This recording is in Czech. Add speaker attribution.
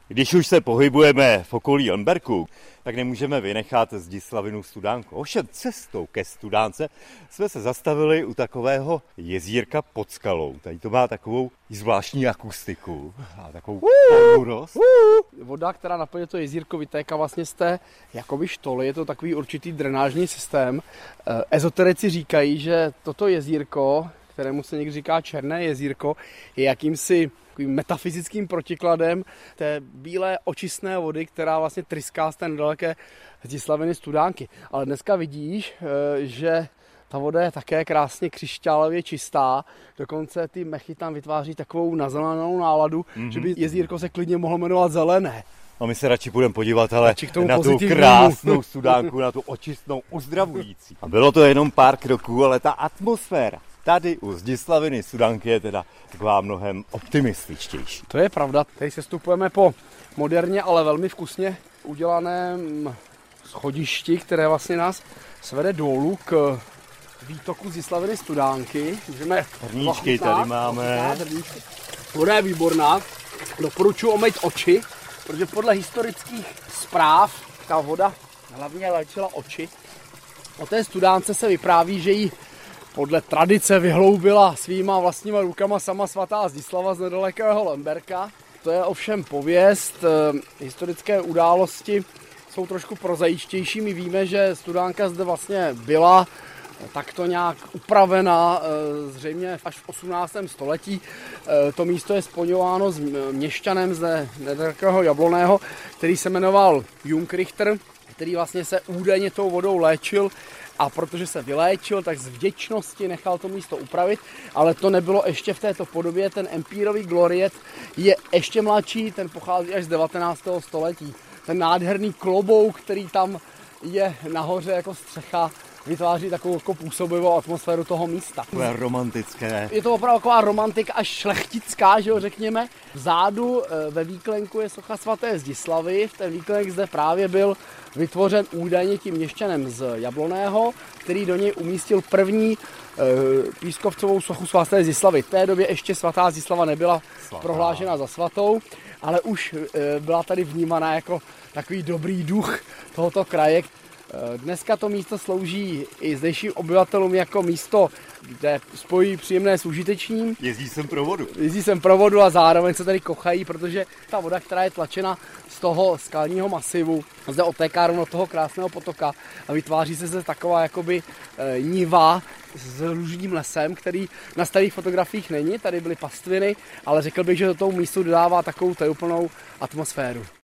Speaker 1: Když už se pohybujeme v okolí Lemberku, tak nemůžeme vynechat Zdislavinu Studánku. Ovšem cestou ke Studánce jsme se zastavili u takového jezírka pod skalou. Tady to má takovou zvláštní akustiku a takovou ponurost.
Speaker 2: Voda, která naplňuje to jezírko, vytéká vlastně z té jakoby štoly, je to takový určitý drenážní systém. Ezoterici říkají, že toto jezírko, kterému se někdy říká Černé jezírko, je jakýmsi metafyzickým protikladem té bílé očistné vody, která vlastně tryská z té nedaleké Zdislaviny Studánky. Ale dneska vidíš, že ta voda je také krásně křišťálově čistá, dokonce ty mechy tam vytváří takovou nazelenou náladu, že by jezírko se klidně mohlo jmenovat Zelené.
Speaker 1: A my se radši budeme podívat ale na tu krásnou Studánku, na tu očistnou, uzdravující. A bylo to jenom pár kroků, ale ta atmosféra tady u Zdislaviny Studánky je teda taková mnohem optimističtější.
Speaker 2: To je pravda. Tady se stupujeme po moderně, ale velmi vkusně udělaném schodišti, které vlastně nás svede dolů k výtoku Zdislaviny Studánky. Můžeme
Speaker 1: hrníčky tady máme.
Speaker 2: Voda je výborná. Doporučuji omýt oči, protože podle historických zpráv ta voda hlavně léčila oči. O té Studánce se vypráví, že ji podle tradice vyhloubila svýma vlastníma rukama sama svatá Zdislava z nedalekého Lemberka. To je ovšem pověst. Historické události jsou trošku prozaičtější. My víme, že Studánka zde vlastně byla takto nějak upravena zřejmě až v 18. století. To místo je spojováno s měšťanem z nedalekého Jablonného, který se jmenoval Jungrichter, který vlastně se údajně tou vodou léčil. A protože se vyléčil, tak z vděčnosti nechal to místo upravit, ale to nebylo ještě v této podobě. Ten empírový gloriet je ještě mladší, ten pochází až z 19. století. Ten nádherný klobouk, který tam je nahoře jako střecha, vytváří takovou jako působivou atmosféru toho místa.
Speaker 1: To je romantické.
Speaker 2: Je to opravdu taková romantika až šlechtická, že jo, řekněme. Vzadu ve výklenku je socha svaté Zdislavy. Ten výklenek zde právě byl vytvořen údajně tím měšťanem z Jablonného, který do něj umístil první pískovcovou sochu svaté Zdislavy. V té době ještě svatá Zdislava nebyla prohlášena za svatou, ale už byla tady vnímaná jako takový dobrý duch tohoto kraje. Dneska to místo slouží i zdejším obyvatelům jako místo, kde spojí příjemné s užitečným.
Speaker 1: Jezdí sem
Speaker 2: pro vodu a zároveň se tady kochají, protože ta voda, která je tlačena z toho skalního masivu, zde otéká rovno toho krásného potoka a vytváří se zde taková jakoby niva s lužním lesem, který na starých fotografiích není. Tady byly pastviny, ale řekl bych, že do toho místu dodává takovou tajuplnou atmosféru.